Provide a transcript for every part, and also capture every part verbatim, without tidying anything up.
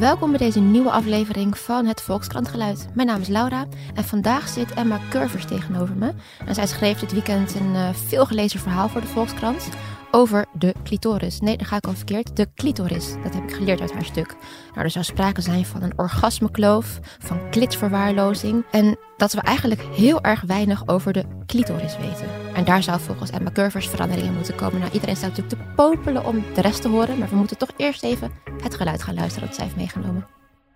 Welkom bij deze nieuwe aflevering van het Volkskrantgeluid. Mijn naam is Laura en vandaag zit Emma Curvers tegenover me. En zij schreef dit weekend een uh, veelgelezen verhaal voor de Volkskrant over de clitoris. Nee, daar ga ik al verkeerd. De clitoris. Dat heb ik geleerd uit haar stuk. Nou, er zou sprake zijn van een orgasmekloof, van klitverwaarlozing en dat we eigenlijk heel erg weinig over de clitoris weten. En daar zou volgens Emma Curvers verandering in moeten komen. Nou, iedereen staat natuurlijk te popelen om de rest te horen, maar we moeten toch eerst even het geluid gaan luisteren dat zij heeft meegenomen.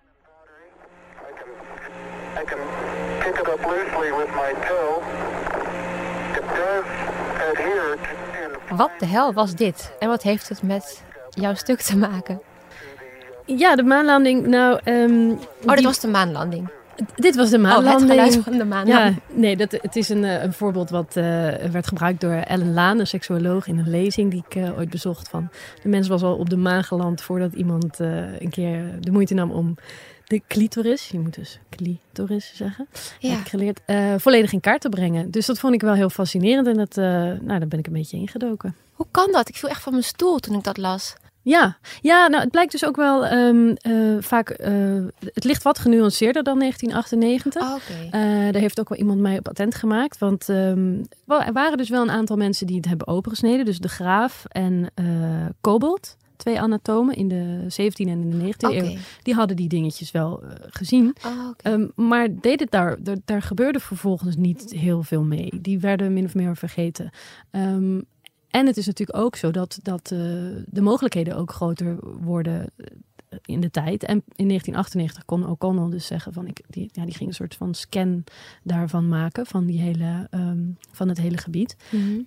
I can pick it up loosely with my toe. It does adhere to... Wat de hel was dit? En wat heeft het met jouw stuk te maken? Ja, de maanlanding. Nou, um, oh, dit die... was de maanlanding. Dit was de maanlanding. Oh, het geluid van de maanlanding. Ja, nee, dat, het is een, een voorbeeld wat uh, werd gebruikt door Ellen Laan, een seksuoloog, in een lezing die ik uh, ooit bezocht. Van de mens was al op de maan geland voordat iemand uh, een keer de moeite nam om de clitoris, je moet dus clitoris zeggen, Ja. heb ik geleerd, uh, volledig in kaart te brengen. Dus dat vond ik wel heel fascinerend en dat, uh, nou, daar ben ik een beetje ingedoken. Hoe kan dat? Ik viel echt van mijn stoel toen ik dat las. Ja, ja, nou het blijkt dus ook wel um, uh, vaak, uh, het ligt wat genuanceerder dan negentien achtennegentig. Oh, okay. uh, daar heeft ook wel iemand mij op attent gemaakt. Want um, wel, er waren dus wel een aantal mensen die het hebben opengesneden. Dus de Graaf en uh, Kobold, twee anatomen in de zeventiende en in de negentiende Okay. eeuw. Die hadden die dingetjes wel uh, gezien. Oh, okay. um, maar deed het daar, daar, daar gebeurde vervolgens niet heel veel mee. Die werden min of meer vergeten. Um, En het is natuurlijk ook zo dat, dat uh, de mogelijkheden ook groter worden in de tijd. En in negentien achtennegentig kon O'Connell dus zeggen van ik, die, ja, die ging een soort van scan daarvan maken van die hele, um, van het hele gebied. Mm-hmm.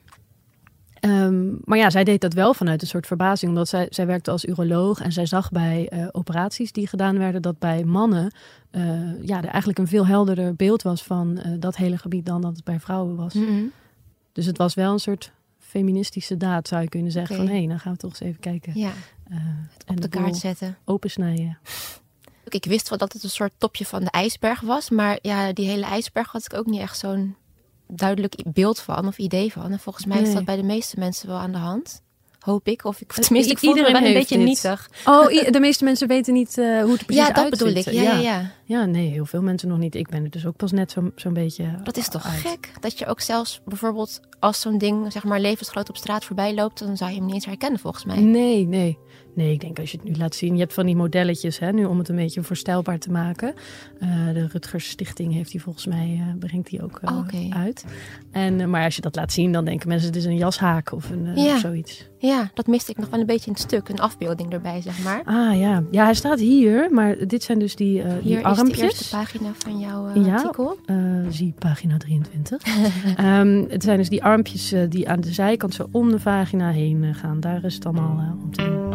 Um, maar ja, zij deed dat wel vanuit een soort verbazing, omdat zij, zij werkte als uroloog en zij zag bij uh, operaties die gedaan werden dat bij mannen uh, ja, er eigenlijk een veel helderder beeld was van uh, dat hele gebied dan dat het bij vrouwen was. Mm-hmm. Dus het was wel een soort feministische daad, zou je kunnen zeggen. Okay. Van, hé, hey, dan gaan we toch eens even kijken. Ja, Uh, op en de kaart zetten. Opensnijden. Ik wist wel dat het een soort topje van de ijsberg was. Maar ja, die hele ijsberg had ik ook niet echt zo'n duidelijk beeld van of idee van. En volgens mij Nee. is dat bij de meeste mensen wel aan de hand. Hoop ik. Of ik, tenminste, ik I- voel me iedereen wel een heeft beetje dit. nietig. Oh, i- de meeste mensen weten niet uh, hoe het precies Ja, dat uitziet. bedoel ik. Ja, ja, ja. Ja, nee, heel veel mensen nog niet. Ik ben er dus ook pas net zo, zo'n beetje Dat is toch uit. gek? Dat je ook zelfs bijvoorbeeld als zo'n ding zeg maar levensgroot op straat voorbij loopt, dan zou je hem niet eens herkennen volgens mij. Nee, nee. Nee, ik denk als je het nu laat zien. Je hebt van die modelletjes, hè, nu om het een beetje voorstelbaar te maken. Uh, de Rutgers Stichting heeft die volgens mij, uh, brengt die ook uh, Oh, okay. uit. En, uh, maar als je dat laat zien, dan denken mensen het is een jashaak of, een, uh, Ja. of zoiets. Ja, dat miste ik nog wel een beetje in het stuk. Een afbeelding erbij, zeg maar. Ah ja, ja, hij staat hier, maar dit zijn dus die, uh, die Hier armpjes. is de eerste pagina van jouw uh, Ja, artikel. Uh, zie pagina drieëntwintig. um, het zijn dus die armpjes uh, die aan de zijkant zo om de vagina heen uh, gaan. Daar is het allemaal uh, om te doen.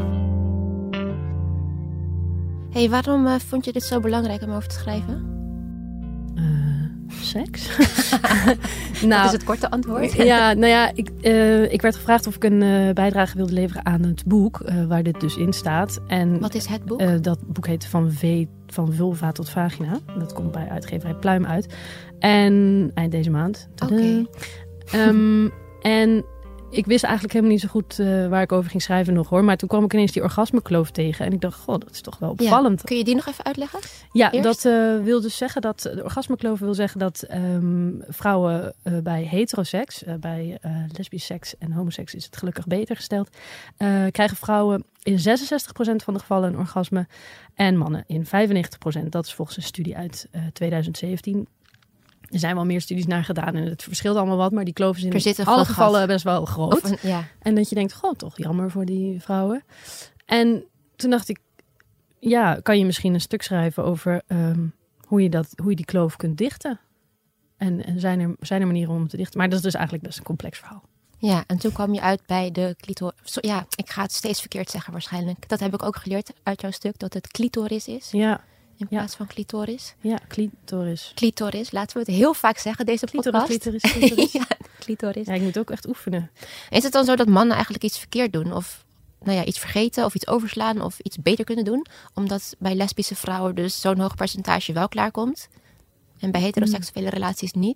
Hey, waarom uh, vond je dit zo belangrijk om over te schrijven? Uh, seks? nou, dat is het korte antwoord. Ja, nou ja, ik, uh, ik werd gevraagd of ik een uh, bijdrage wilde leveren aan het boek, uh, waar dit dus in staat. En, Wat is het boek? Uh, dat boek heet Van, v, van Vulva tot Vagina. Dat komt bij uitgeverij Pluim uit. En eind deze maand. Oké. Okay. Um, en ik wist eigenlijk helemaal niet zo goed uh, waar ik over ging schrijven nog hoor. Maar toen kwam ik ineens die orgasmekloof tegen. En ik dacht, god, dat is toch wel opvallend. Ja. Kun je die nog even uitleggen? Ja, Eerst? dat uh, wil dus zeggen dat... De orgasmekloof wil zeggen dat um, vrouwen uh, bij heteroseks... Uh, bij uh, lesbisch seks en homoseks is het gelukkig beter gesteld... Uh, krijgen vrouwen in zesenzestig procent van de gevallen een orgasme... en mannen in vijfennegentig procent. Dat is volgens een studie uit uh, twintig zeventien... Er zijn wel meer studies naar gedaan en het verschilt allemaal wat, maar die kloof is in alle gevallen gat. best wel groot. Een, ja. En dat je denkt, goh, toch jammer voor die vrouwen. En toen dacht ik, ja, kan je misschien een stuk schrijven over um, hoe, je dat, hoe je die kloof kunt dichten? En, en zijn, er, zijn er manieren om het te dichten? Maar dat is dus eigenlijk best een complex verhaal. Ja, en toen kwam je uit bij de clitoris. Ja, ik ga het steeds verkeerd zeggen waarschijnlijk. Dat heb ik ook geleerd uit jouw stuk, dat het clitoris is. Ja. In plaats ja. van clitoris. Ja, clitoris. Clitoris, laten we het heel vaak zeggen, deze clitoris, podcast. Clitoris, clitoris. ja, clitoris. Ja, ik moet ook echt oefenen. Is het dan zo dat mannen eigenlijk iets verkeerd doen? Of nou ja, iets vergeten of iets overslaan of iets beter kunnen doen? Omdat bij lesbische vrouwen dus zo'n hoog percentage wel klaarkomt. En bij heteroseksuele relaties niet?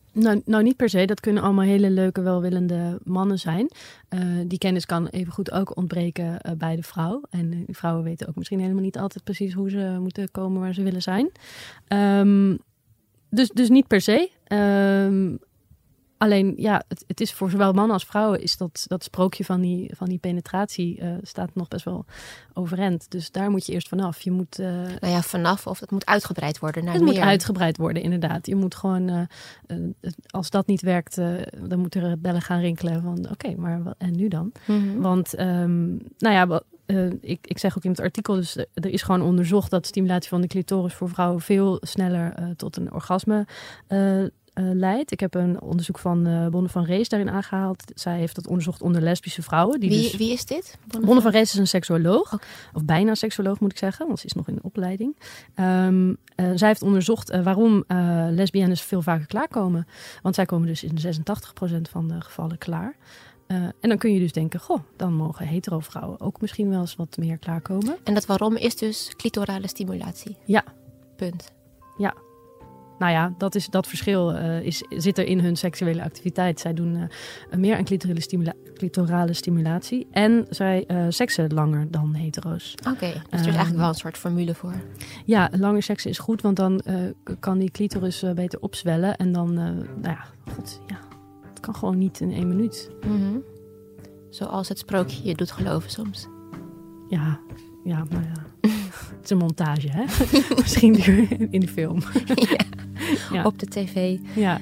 Nou, nou, niet per se. Dat kunnen allemaal hele leuke, welwillende mannen zijn. Uh, die kennis kan evengoed ook ontbreken uh, bij de vrouw. En uh, vrouwen weten ook misschien helemaal niet altijd precies hoe ze moeten komen waar ze willen zijn. Um, dus, dus niet per se. Um, Alleen, ja, het, het is voor zowel mannen als vrouwen is dat, dat sprookje van die, van die penetratie uh, staat nog best wel overeind. Dus daar moet je eerst vanaf. Je moet, uh, nou ja, vanaf of het moet uitgebreid worden naar het meer. Het moet uitgebreid worden, inderdaad. Je moet gewoon, uh, uh, als dat niet werkt, uh, dan moeten er bellen gaan rinkelen van oké, okay, maar wat, en nu dan? Mm-hmm. Want, um, nou ja, uh, ik, ik zeg ook in het artikel, dus er is gewoon onderzocht dat stimulatie van de clitoris voor vrouwen veel sneller uh, tot een orgasme uh, Uh, leidt. Ik heb een onderzoek van uh, Bonne van Rees daarin aangehaald. Zij heeft dat onderzocht onder lesbische vrouwen. Die wie, dus... wie is dit? Bonne, Bonne van Rees is een seksuoloog. Okay. Of bijna seksuoloog moet ik zeggen, want ze is nog in de opleiding. Um, uh, zij heeft onderzocht uh, waarom uh, lesbiennes veel vaker klaarkomen. Want zij komen dus in zesentachtig procent van de gevallen klaar. Uh, en dan kun je dus denken, goh, dan mogen hetero vrouwen ook misschien wel eens wat meer klaarkomen. En dat waarom is dus clitorale stimulatie? Ja. Punt. Ja. Nou ja, dat, is, dat verschil uh, is, zit er in hun seksuele activiteit. Zij doen uh, meer aan clitorale, stimula- clitorale stimulatie. En zij uh, seksen langer dan hetero's. Oké, okay, dus er is um, eigenlijk wel een soort formule voor. Ja, langer seksen is goed, want dan uh, kan die clitoris uh, beter opzwellen. En dan, uh, nou ja, god, ja, het kan gewoon niet in één minuut. Mm-hmm. Zoals het sprookje je doet geloven soms. Ja, ja, nou ja. Het is een montage, hè? Misschien in de film. Ja. Ja. Op de tv. Ja.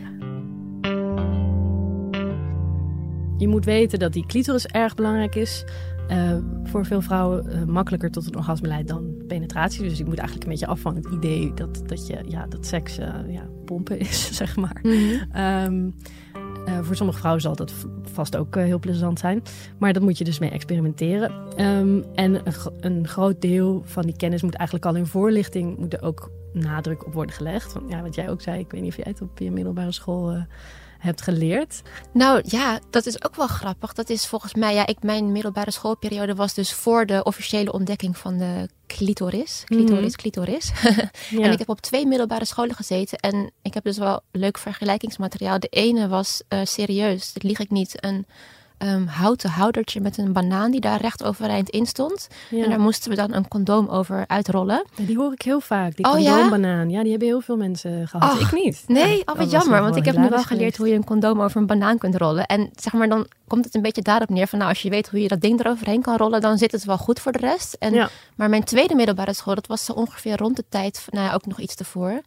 Je moet weten dat die clitoris erg belangrijk is. Uh, voor veel vrouwen uh, makkelijker tot een orgasme leidt dan penetratie. Dus je moet eigenlijk een beetje af van het idee dat, dat, je, ja, dat seks uh, ja, pompen is, zeg maar. Mm-hmm. Um, Uh, voor sommige vrouwen zal dat v- vast ook uh, heel plezant zijn. Maar dat moet je dus mee experimenteren. Um, en een, g- een groot deel van die kennis moet eigenlijk al in voorlichting... moet er ook nadruk op worden gelegd. Want, ja, wat jij ook zei, ik weet niet of jij het op je middelbare school uh, hebt geleerd. Nou ja, dat is ook wel grappig. Dat is volgens mij... ja, ik, mijn middelbare schoolperiode was dus voor de officiële ontdekking van de clitoris. Clitoris, mm-hmm. clitoris. Ja. En ik heb op twee middelbare scholen gezeten. En ik heb dus wel leuk vergelijkingsmateriaal. De ene was uh, serieus, dat lieg ik niet, een um, houten houdertje met een banaan die daar recht overeind in stond. Ja. En daar moesten we dan een condoom over uitrollen. Ja, die hoor ik heel vaak, die oh, condoombanaan. Ja? ja, die hebben heel veel mensen gehad. Och, ik niet. Nee, al wat jammer, want ik heb nu wel geleerd hoe je een condoom over een banaan kunt rollen. En zeg maar, dan komt het een beetje daarop neer van, nou, als je weet hoe je dat ding eroverheen kan rollen, dan zit het wel goed voor de rest. En, ja. Maar mijn tweede middelbare school, dat was zo ongeveer rond de tijd, nou ja, ook nog iets ervoor.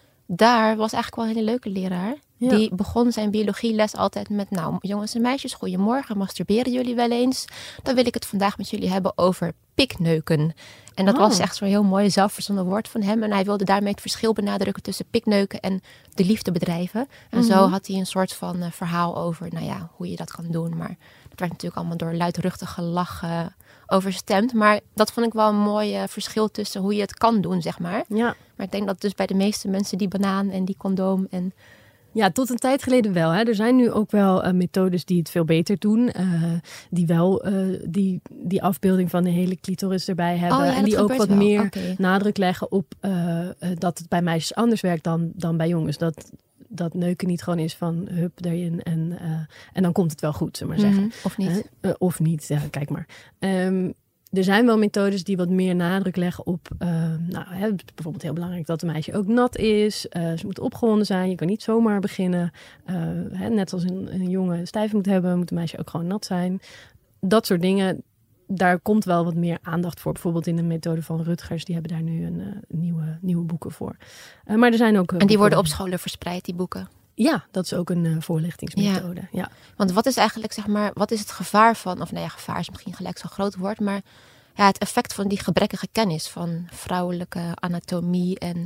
Daar was eigenlijk wel een hele leuke leraar. Ja. Die begon zijn biologieles altijd met, nou, jongens en meisjes, goedemorgen, masturberen jullie wel eens? Dan wil ik het vandaag met jullie hebben over pikneuken. En dat oh. was echt zo'n heel mooi zelfverzonnen woord van hem. En hij wilde daarmee het verschil benadrukken tussen pikneuken en de liefde bedrijven. En mm-hmm. zo had hij een soort van uh, verhaal over, nou ja, hoe je dat kan doen. Maar dat werd natuurlijk allemaal door luidruchtige lach uh, overstemd. Maar dat vond ik wel een mooi uh, verschil tussen hoe je het kan doen, zeg maar. Ja. Maar ik denk dat dus bij de meeste mensen die banaan en die condoom en... Ja, tot een tijd geleden wel. Hè. Er zijn nu ook wel uh, methodes die het veel beter doen. Uh, die wel uh, die, die afbeelding van de hele clitoris erbij hebben. Oh ja, en die ook wat wel. meer okay. nadruk leggen op uh, uh, dat het bij meisjes anders werkt dan, dan bij jongens. Dat, dat neuken niet gewoon is van hup erin en, uh, en dan komt het wel goed, zullen we maar zeggen. Mm-hmm. Of niet. Uh, uh, of niet, ja, kijk maar. Um, Er zijn wel methodes die wat meer nadruk leggen op... Uh, nou, hè, bijvoorbeeld heel belangrijk dat een meisje ook nat is. Uh, ze moet opgewonden zijn. Je kan niet zomaar beginnen. Uh, hè, net als een, een jongen stijf moet hebben, moet een meisje ook gewoon nat zijn. Dat soort dingen, daar komt wel wat meer aandacht voor. Bijvoorbeeld in de methode van Rutgers. Die hebben daar nu een uh, nieuwe, nieuwe boeken voor. Uh, maar er zijn ook... Uh, en die worden op scholen verspreid, die boeken? Ja, dat is ook een uh, voorlichtingsmethode. Ja. Ja. Want wat is eigenlijk, zeg maar, wat is het gevaar van... Of nou ja, gevaar is misschien gelijk zo'n groot woord, maar... Ja, het effect van die gebrekkige kennis van vrouwelijke anatomie en...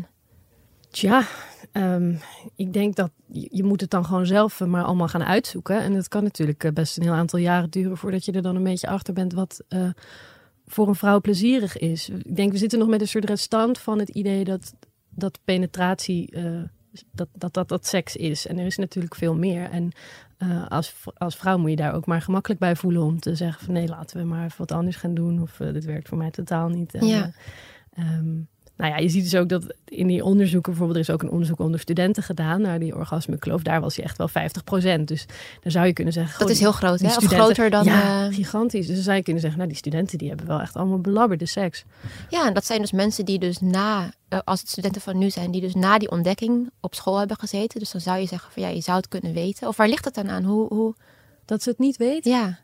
Tja, um, ik denk dat je, je moet het dan gewoon zelf maar allemaal gaan uitzoeken. En het kan natuurlijk best een heel aantal jaren duren voordat je er dan een beetje achter bent wat uh, voor een vrouw plezierig is. Ik denk, we zitten nog met een soort restant van het idee dat, dat penetratie, uh, dat, dat, dat dat seks is. En er is natuurlijk veel meer. En uh, als, als vrouw moet je daar ook maar gemakkelijk bij voelen om te zeggen van nee, laten we maar even wat anders gaan doen. Of uh, dit werkt voor mij totaal niet. En, ja. uh, um, nou ja, je ziet dus ook dat in die onderzoeken, bijvoorbeeld er is ook een onderzoek onder studenten gedaan naar die orgasmekloof. Daar was hij echt wel vijftig procent. Dus dan zou je kunnen zeggen... Dat is heel groot, hè? Of studenten, groter dan... Ja, uh... gigantisch. Dus dan zou je kunnen zeggen, nou die studenten die hebben wel echt allemaal belabberde seks. Ja, en dat zijn dus mensen die dus na, uh, als het studenten van nu zijn, die dus na die ontdekking op school hebben gezeten. Dus dan zou je zeggen van ja, je zou het kunnen weten. Of waar ligt het dan aan? Hoe, hoe... Dat ze het niet weten? Ja.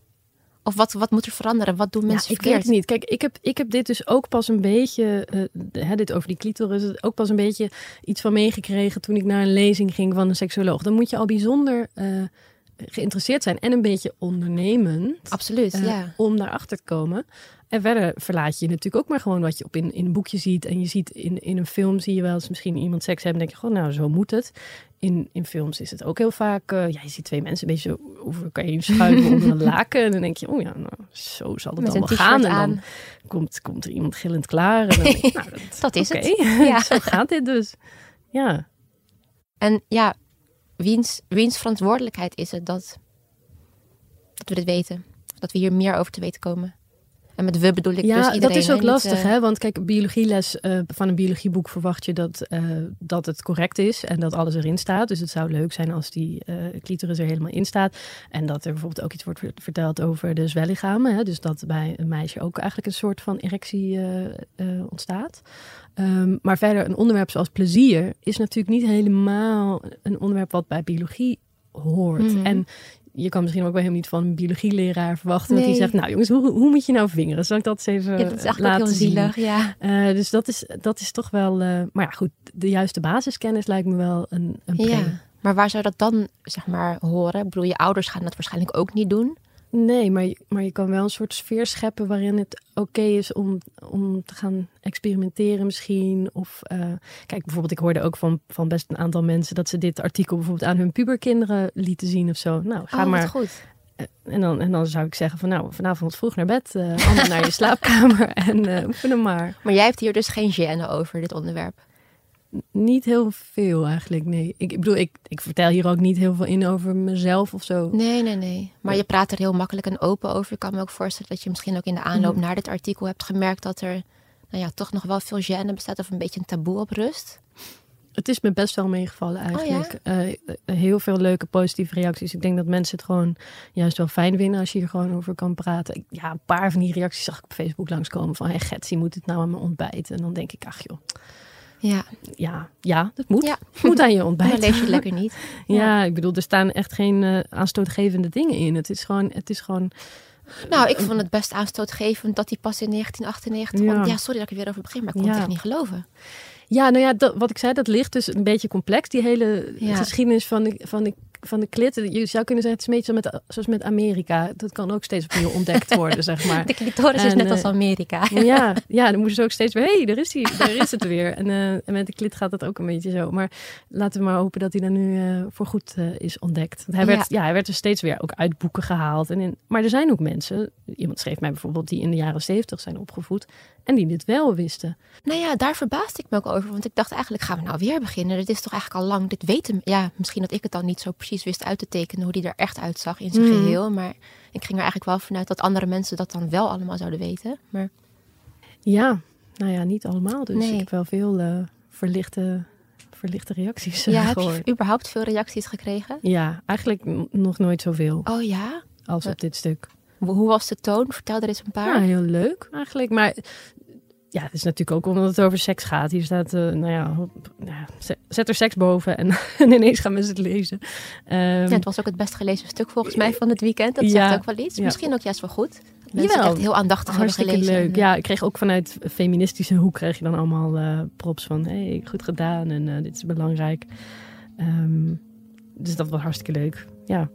Of wat, wat moet er veranderen? Wat doen mensen ja, ik verkeerd? weet het niet. Kijk, ik heb, ik heb dit dus ook pas een beetje, uh, hè, dit over die clitoris, ook pas een beetje iets van meegekregen toen ik naar een lezing ging van een seksuoloog. Dan moet je al bijzonder uh, geïnteresseerd zijn en een beetje ondernemend. Absoluut, uh, ja. Om daarachter te komen. En verder verlaat je natuurlijk ook maar gewoon wat je op in, in een boekje ziet. En je ziet in, in een film zie je wel eens misschien iemand seks hebben en denk je gewoon, nou zo moet het. In, in films is het ook heel vaak, uh, ja, je ziet twee mensen een beetje zo over elkaar heen schuiven onder een laken. En dan denk je, oh ja, nou, zo zal het met allemaal een gaan. En aan. dan komt, komt er iemand gillend klaar. En dan denk ik, nou, dat, dat is okay. het. Ja. Zo gaat dit dus. Ja. En ja, wiens, wiens verantwoordelijkheid is het dat, dat we dit weten? Dat we hier meer over te weten komen? En met we bedoel ik ja, dus iedereen. Dat is ook hè? lastig, Niet, uh... hè? Want kijk, biologieles uh, van een biologieboek verwacht je dat, uh, dat het correct is en dat alles erin staat. Dus het zou leuk zijn als die uh, clitoris er helemaal in staat. En dat er bijvoorbeeld ook iets wordt verteld over de zwellichamen. Hè? Dus dat bij een meisje ook eigenlijk een soort van erectie uh, uh, ontstaat. Um, maar verder, een onderwerp zoals plezier is natuurlijk niet helemaal een onderwerp wat bij biologie hoort. Mm-hmm. En je kan misschien ook wel helemaal niet van een biologieleraar verwachten nee. dat hij zegt, nou jongens, hoe, hoe moet je nou vingeren? Zal ik dat eens even ja, dat is eigenlijk laten heel zien? zielig, ja. Uh, dus dat is, dat is toch wel... Uh, maar ja, goed, de juiste basiskennis lijkt me wel een, een pre. Ja, maar waar zou dat dan, zeg maar, horen? Ik bedoel, je ouders gaan dat waarschijnlijk ook niet doen. Nee, maar je, maar je kan wel een soort sfeer scheppen waarin het oké okay is om, om te gaan experimenteren misschien. Of uh, kijk, bijvoorbeeld ik hoorde ook van, van best een aantal mensen dat ze dit artikel bijvoorbeeld aan hun puberkinderen lieten zien of zo. Nou, ga oh, maar. Goed. En dan, en dan zou ik zeggen van nou, vanavond vroeg naar bed, uh, allemaal naar je slaapkamer en uh, oefen hem maar. Maar jij hebt hier dus geen gêne over dit onderwerp? Niet heel veel eigenlijk, nee. Ik, ik bedoel, ik, ik vertel hier ook niet heel veel in over mezelf of zo. Nee, nee, nee. Maar je praat er heel makkelijk en open over. Ik kan me ook voorstellen dat je misschien ook in de aanloop mm. naar dit artikel hebt gemerkt dat er nou ja, toch nog wel veel gêne bestaat of een beetje een taboe op rust. Het is me best wel meegevallen eigenlijk. Oh, ja? uh, heel veel leuke positieve reacties. Ik denk dat mensen het gewoon juist wel fijn vinden als je hier gewoon over kan praten. Ja, een paar van die reacties zag ik op Facebook langskomen van hey, Getsie, moet het nou aan mijn ontbijt? En dan denk ik, ach joh. Ja. Ja, ja, dat moet. Ja. Moet aan je ontbijt. Dan lees je het lekker niet. Ja, ja, ik bedoel, er staan echt geen uh, aanstootgevende dingen in. Het is gewoon... Het is gewoon nou, ik vond het best aanstootgevend dat hij pas in negentien achtennegentig... Ja. ja, sorry dat ik er weer over begin, maar ik kon ja. het echt niet geloven. Ja, nou ja, dat, wat ik zei, dat ligt dus een beetje complex. Die hele ja. geschiedenis van de, van de van de klit. Je zou kunnen zeggen, het is een beetje met, zoals met Amerika. Dat kan ook steeds opnieuw ontdekt worden, zeg maar. De clitoris en, is net uh, als Amerika. Ja, ja, dan moeten ze ook steeds weer, hé, hey, daar is hij, daar is het weer. En, uh, en met de klit gaat dat ook een beetje zo. Maar laten we maar hopen dat hij dan nu uh, voor goed uh, is ontdekt. Want hij werd, ja. ja, hij werd er steeds weer ook uit boeken gehaald. En in, maar er zijn ook mensen, iemand schreef mij bijvoorbeeld, die in de jaren zeventig zijn opgevoed en die dit wel wisten. Nou ja, daar verbaasde ik me ook over. Want ik dacht eigenlijk, gaan we nou weer beginnen? Dit is toch eigenlijk al lang, dit weten. Ja, misschien dat ik het dan niet zo precies wist uit te tekenen hoe die er echt uitzag in zijn mm. geheel. Maar ik ging er eigenlijk wel vanuit dat andere mensen dat dan wel allemaal zouden weten. Maar... Ja, nou ja, niet allemaal. Dus nee. ik heb wel veel uh, verlichte, verlichte reacties uh, ja, gehoord. Heb je überhaupt veel reacties gekregen? Ja, eigenlijk n- nog nooit zoveel. Oh ja? Als op dit stuk. Hoe was de toon? Vertel er eens een paar. Ja, heel leuk eigenlijk. Maar ja, het is natuurlijk ook omdat het over seks gaat. Hier staat, uh, nou ja, nou, zet er seks boven en, en ineens gaan mensen het lezen. Um, ja, het was ook het best gelezen stuk volgens mij van het weekend. Dat ja, zegt ook wel iets. Ja. Misschien ook juist wel goed. Mensen Jawel, echt heel aandachtig hartstikke hebben gelezen. Leuk. Ja, ik kreeg ook vanuit feministische hoek kreeg je dan allemaal uh, props van, hey, goed gedaan en uh, dit is belangrijk. Um, dus dat was hartstikke leuk. Ja.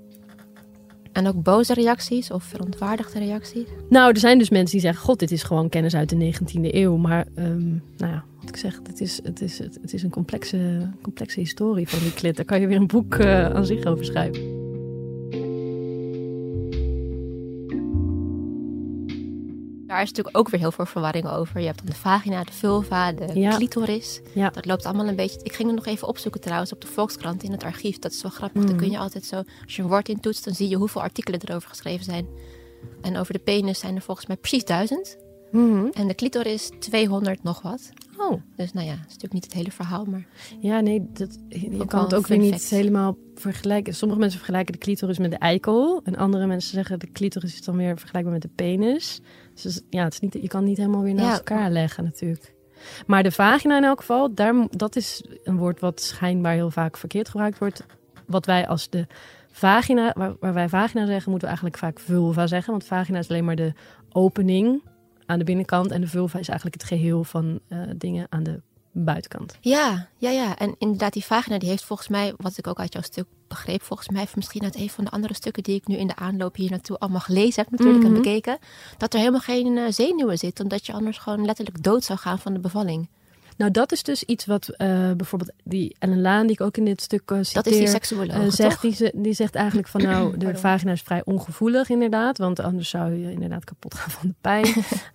En ook boze reacties of verontwaardigde reacties? Nou, er zijn dus mensen die zeggen, god, dit is gewoon kennis uit de negentiende eeuw. Maar, um, nou ja, wat ik zeg, het is, het is, het is een complexe, complexe historie van die klit. Daar kan je weer een boek uh, aan zich over schrijven. Daar is natuurlijk ook weer heel veel verwarring over. Je hebt dan de vagina, de vulva, de ja. clitoris. Ja. Dat loopt allemaal een beetje... Ik ging het nog even opzoeken trouwens op de Volkskrant in het archief. Dat is wel grappig. Mm. Dan kun je altijd zo... Als je een woord intoetst, dan zie je hoeveel artikelen erover geschreven zijn. En over de penis zijn er volgens mij precies duizend. Mm-hmm. En de clitoris tweehonderd nog wat. Oh. Dus nou ja, dat is natuurlijk niet het hele verhaal, maar... Ja, nee, dat, je Ook kan wel het ook een weer fun niet fact. helemaal vergelijken. Sommige mensen vergelijken de clitoris met de eikel. En andere mensen zeggen de clitoris is dan weer vergelijkbaar met de penis. Dus ja, het is niet, je kan het niet helemaal weer naast Ja. elkaar leggen natuurlijk. Maar de vagina in elk geval, daar, mo- dat is een woord wat schijnbaar heel vaak verkeerd gebruikt wordt. Wat wij als de vagina, waar, waar wij vagina zeggen, moeten we eigenlijk vaak vulva zeggen. Want vagina is alleen maar de opening aan de binnenkant. En de vulva is eigenlijk het geheel van uh, dingen aan de buitenkant. Ja, ja, ja. En inderdaad, die vagina die heeft volgens mij, wat ik ook uit jouw stuk begreep, volgens mij heeft misschien uit een van de andere stukken die ik nu in de aanloop hier naartoe allemaal gelezen heb natuurlijk Mhm. en bekeken, dat er helemaal geen uh, zenuwen zit, omdat je anders gewoon letterlijk dood zou gaan van de bevalling. Nou, dat is dus iets wat uh, bijvoorbeeld die Ellen Laan, die ik ook in dit stuk uh, citeer, Dat is die seksuoloog, uh, zegt, toch? die, ze- die zegt eigenlijk van nou, de Pardon. vagina is vrij ongevoelig inderdaad, want anders zou je inderdaad kapot gaan van de pijn.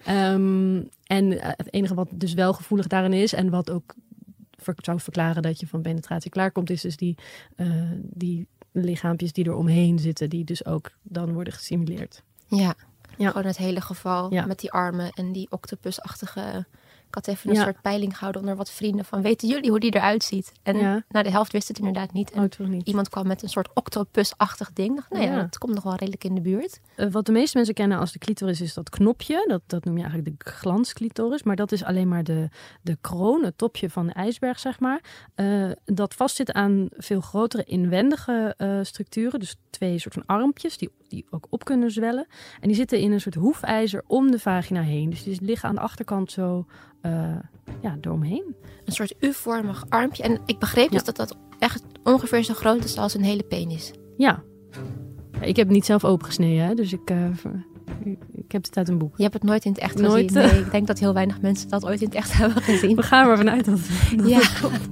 um, en uh, het enige wat dus wel gevoelig daarin is en wat ook ver, zou verklaren dat je van penetratie klaarkomt, is dus die, uh, die lichaampjes die er omheen zitten, die dus ook dan worden gesimuleerd. Ja, Ja. gewoon het hele geval Ja. met die armen en die octopusachtige... Ik had even een Ja. soort peiling gehouden onder wat vrienden van, weten jullie hoe die eruit ziet? En Ja. nou, de helft wist het inderdaad niet. En Oh, toch niet. iemand kwam met een soort octopusachtig ding. Dacht, nou ja, Ja. dat komt nog wel redelijk in de buurt. Uh, wat de meeste mensen kennen als de clitoris is dat knopje. Dat, dat noem je eigenlijk de glansclitoris. Maar dat is alleen maar de, de kroon, het topje van de ijsberg, zeg maar. Uh, dat vastzit aan veel grotere inwendige uh, structuren. Dus twee soort van armpjes die, die ook op kunnen zwellen. En die zitten in een soort hoefijzer om de vagina heen. Dus die liggen aan de achterkant zo uh, ja, eromheen. Een soort U-vormig armpje. En ik begreep dus Ja. dat dat echt ongeveer zo groot is als een hele penis. Ja. Ik heb het niet zelf opengesneden, hè? Dus ik, uh, ik, ik heb het uit een boek. Je hebt het nooit in het echt Nooit, gezien. Nee, ik denk dat heel weinig mensen dat ooit in het echt hebben gezien. We gaan er maar vanuit dat, dat Ja. het klopt.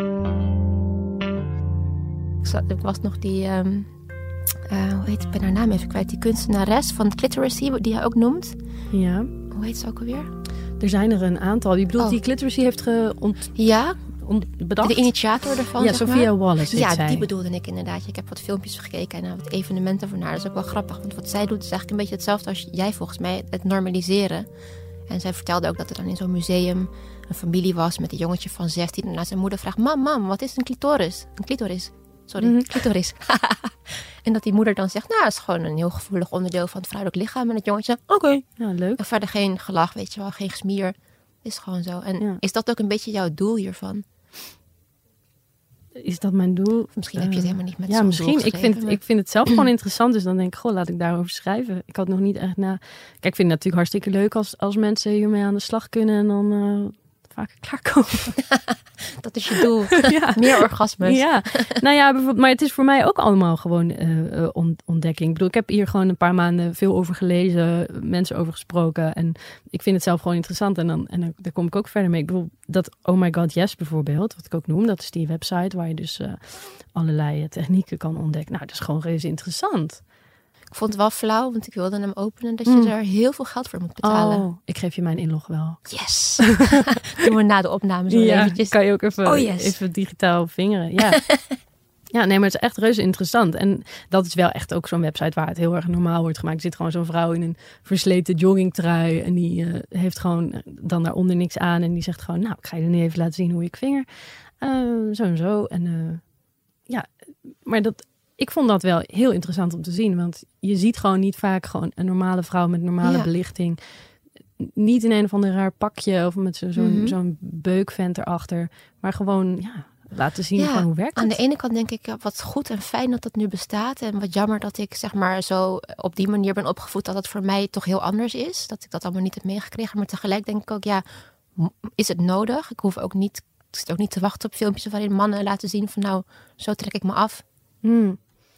Ik, zat, ik was nog die... Um, uh, hoe heet, ik ben haar naam even kwijt. Die kunstenares van Cliteracy, die hij ook noemt. Ja. Hoe heet ze ook alweer? Er zijn er een aantal. Je bedoelt Oh. die Cliteracy heeft ge ont, Ja, ont, bedacht? de initiator ervan. Ja, zeg Sophia maar. Wallace heet Ja, zij. die bedoelde ik inderdaad. Ik heb wat filmpjes gekeken en wat evenementen van haar. Dat is ook wel grappig, want wat zij doet is eigenlijk een beetje hetzelfde als jij volgens mij, het normaliseren. En zij vertelde ook dat er dan in zo'n museum een familie was met een jongetje van zestien. En naar zijn moeder vraagt, mam, mam, wat is een clitoris? Een clitoris. Sorry, Mhm. clitoris. En dat die moeder dan zegt, nou, het is gewoon een heel gevoelig onderdeel van het vrouwelijk lichaam. En het jongetje zegt, oké. Okay. Ja, leuk. En verder geen gelach, weet je wel, geen gesmier. Het is gewoon zo. En Ja. is dat ook een beetje jouw doel hiervan? Is dat mijn doel? Misschien heb je het helemaal niet met Ja, zo'n misschien. doel Ik geschreven, vind, maar- ik vind het zelf gewoon interessant. Dus dan denk ik, goh, laat ik daarover schrijven. Ik had nog niet echt na... Kijk, ik vind het natuurlijk hartstikke leuk als, als mensen hiermee aan de slag kunnen en dan uh, vaker klaarkomen. Dat is je doel. Ja. Meer orgasmes. Ja, nou ja, bijvoorbeeld, maar het is voor mij ook allemaal gewoon uh, ontdekking. Ik bedoel, ik heb hier gewoon een paar maanden veel over gelezen, mensen over gesproken. En ik vind het zelf gewoon interessant. En, dan, en dan, daar kom ik ook verder mee. Ik bedoel, dat Oh My God Yes bijvoorbeeld, wat ik ook noem, dat is die website waar je dus uh, allerlei technieken kan ontdekken. Nou, dat is gewoon reuze interessant. Ik vond het wel flauw, want ik wilde hem openen, dat je Mm. er heel veel geld voor moet betalen. Oh, ik geef je mijn inlog wel. Yes! Doen we na de opname zo Ja, eventjes. kan je ook even, Oh, yes. even digitaal vingeren. Ja. Ja, nee, maar het is echt reuze interessant. En dat is wel echt ook zo'n website waar het heel erg normaal wordt gemaakt. Er zit gewoon zo'n vrouw in een versleten joggingtrui. En die uh, heeft gewoon dan daaronder niks aan. En die zegt gewoon, nou, ik ga je nu even laten zien hoe ik vinger. Uh, zo en zo. En uh, ja, maar dat... Ik vond dat wel heel interessant om te zien. Want je ziet gewoon niet vaak gewoon een normale vrouw met normale Ja. belichting. Niet in een of ander raar pakje of met zo, zo'n, Mhm. zo'n beukvent erachter. Maar gewoon, ja, laten zien Ja, van hoe werkt aan het. de ene kant denk ik, ja, wat goed en fijn dat dat nu bestaat. En wat jammer dat ik zeg maar zo op die manier ben opgevoed dat het voor mij toch heel anders is. Dat ik dat allemaal niet heb meegekregen. Maar tegelijk denk ik ook, ja, m- is het nodig? Ik hoef ook niet, ik zit ook niet te wachten op filmpjes waarin mannen laten zien van nou, zo trek ik me af. Hmm.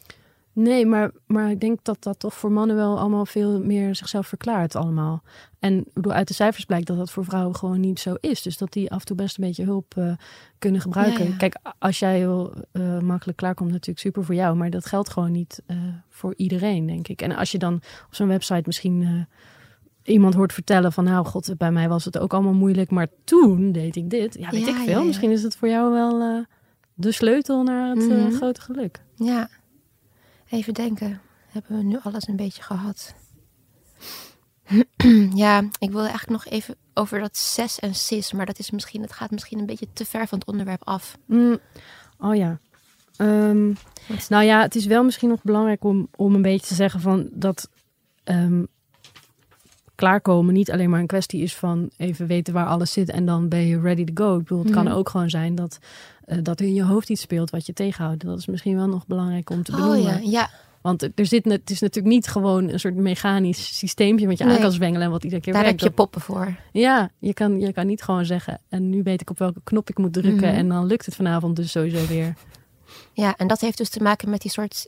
Nee, maar, maar ik denk dat dat toch voor mannen wel allemaal veel meer zichzelf verklaart allemaal. En ik bedoel, uit de cijfers blijkt dat dat voor vrouwen gewoon niet zo is. Dus dat die af en toe best een beetje hulp uh, kunnen gebruiken. Ja, ja. Kijk, als jij heel uh, makkelijk klaarkomt, natuurlijk super voor jou. Maar dat geldt gewoon niet uh, voor iedereen, denk ik. En als je dan op zo'n website misschien uh, iemand hoort vertellen van... nou, god, bij mij was het ook allemaal moeilijk, maar toen deed ik dit. Ja, weet Ja, ik veel. ja, ja. Misschien is het voor jou wel uh, de sleutel naar het uh, Mhm. grote geluk. Ja, even denken. Hebben we nu alles een beetje gehad? Ja, ik wil eigenlijk nog even over dat ses en cis. Maar dat, is misschien, dat gaat misschien een beetje te ver van het onderwerp af. Mm. Oh ja. Um, nou ja, het is wel misschien nog belangrijk om, om een beetje te zeggen van dat um, klaarkomen niet alleen maar een kwestie is van even weten waar alles zit en dan ben je ready to go. Ik bedoel, het mm. kan ook gewoon zijn dat, uh, dat er in je hoofd iets speelt wat je tegenhoudt. Dat is misschien wel nog belangrijk om te benoemen. Oh ja, ja. Want er zit, het is natuurlijk niet gewoon een soort mechanisch systeempje wat je nee. aan kan zwengelen en wat iedere keer Daar werkt. Daar heb je poppen voor. Ja, je kan, je kan niet gewoon zeggen en nu weet ik op welke knop ik moet drukken mm-hmm. en dan lukt het vanavond dus sowieso weer. Ja, en dat heeft dus te maken met die soort,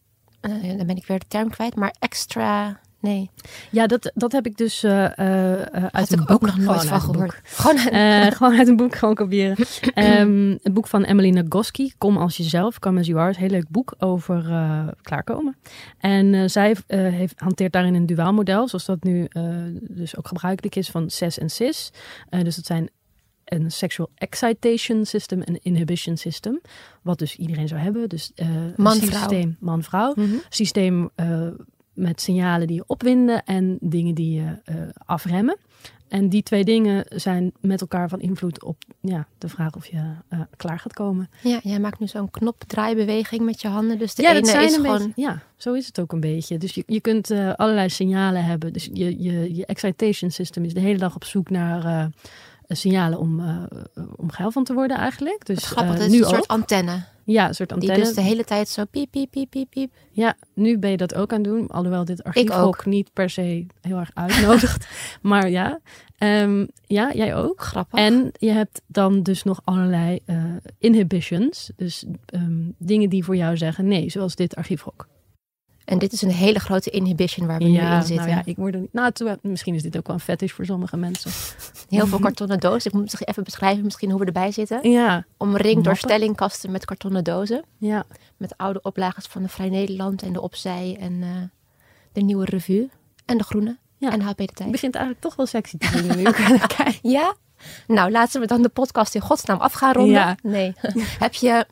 uh, dan ben ik weer de term kwijt, maar extra, nee. Ja, dat, dat heb ik dus uh, uh, uit een boek ook nog nooit van gehoord. Gewoon, uh, gewoon uit een boek, gewoon kopiëren. um, het boek van Emily Nagoski, Kom als jezelf, Come as you are. Een heel leuk boek over uh, klaarkomen. En uh, zij uh, heeft, hanteert daarin een duaal model, zoals dat nu uh, dus ook gebruikelijk is van ses en cis. Uh, dus dat zijn een sexual excitation system en inhibition system. Wat dus iedereen zou hebben. Dus uh, man, een systeem man-vrouw. Mm-hmm. Systeem uh, met signalen die je opwinden en dingen die je uh, afremmen. En die twee dingen zijn met elkaar van invloed op ja, de vraag of je uh, klaar gaat komen. Ja, jij maakt nu zo'n knopdraaibeweging met je handen. Dus de ja, ene dat zijn is een gewoon... beetje, ja, zo is het ook een beetje. Dus je, je kunt uh, allerlei signalen hebben. Dus je, je, je excitation system is de hele dag op zoek naar Uh, signalen om, uh, om geil van te worden eigenlijk. Dus, grappig, uh, dat is nu een soort ook. antenne. Ja, een soort antenne. Die dus de hele tijd zo piep, piep, piep, piep, piep. Ja, nu ben je dat ook aan het doen. Alhoewel dit archiefhok niet per se heel erg uitnodigt. Maar ja, um, ja, jij ook. Grappig. En je hebt dan dus nog allerlei uh, inhibitions. Dus um, dingen die voor jou zeggen nee, zoals dit archiefhok. En dit is een hele grote inhibition waar we ja, nu in zitten. Nou ja, ik word er niet. Nou, toe, misschien is dit ook wel een fetish voor sommige mensen. Heel veel kartonnen dozen. Ik moet misschien even beschrijven misschien hoe we erbij zitten. Ja. Omringd door stellingkasten met kartonnen dozen. Ja. Met oude oplages van de Vrij Nederland en de Opzij en uh, de Nieuwe Revue en de Groene ja. en H P de Tijd. Het begint eigenlijk toch wel sexy te vinden nu ik aan het kijken. Ja? Nou, laten we dan de podcast in godsnaam af gaan ronden. Ja. Nee. Heb je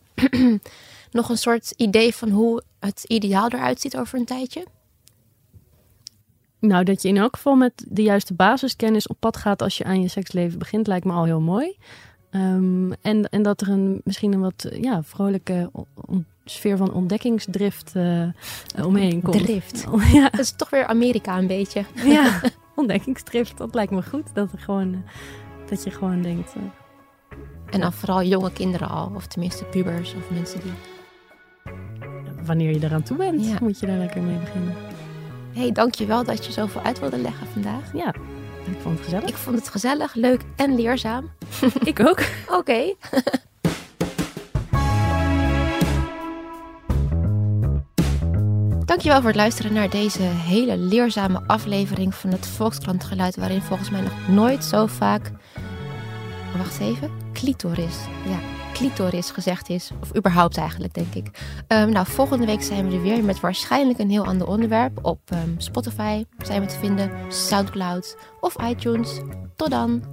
nog een soort idee van hoe het ideaal eruit ziet over een tijdje? Nou, dat je in elk geval met de juiste basiskennis op pad gaat als je aan je seksleven begint, lijkt me al heel mooi. Um, en, en dat er een, misschien een wat ja, vrolijke on, sfeer van ontdekkingsdrift uh, omheen komt. Drift. Ja. Dat is toch weer Amerika een beetje. Ja, ontdekkingsdrift, dat lijkt me goed. Dat, er gewoon, uh, dat je gewoon denkt... Uh, en dan vooral jonge kinderen al, of tenminste pubers of mensen die... Wanneer je eraan toe bent, ja. moet je daar lekker mee beginnen. Hé, hey, dankjewel dat je zoveel uit wilde leggen vandaag. Ja, ik vond het gezellig. Ik vond het gezellig, leuk en leerzaam. Ik ook. Oké. Okay. Dankjewel voor het luisteren naar deze hele leerzame aflevering van het Volkskrantgeluid, waarin volgens mij nog nooit zo vaak... Wacht even. Clitoris. Ja, clitoris gezegd is. Of überhaupt eigenlijk, denk ik. Um, nou, volgende week zijn we er weer met waarschijnlijk een heel ander onderwerp. Op um, Spotify zijn we te vinden, Soundcloud of iTunes. Tot dan!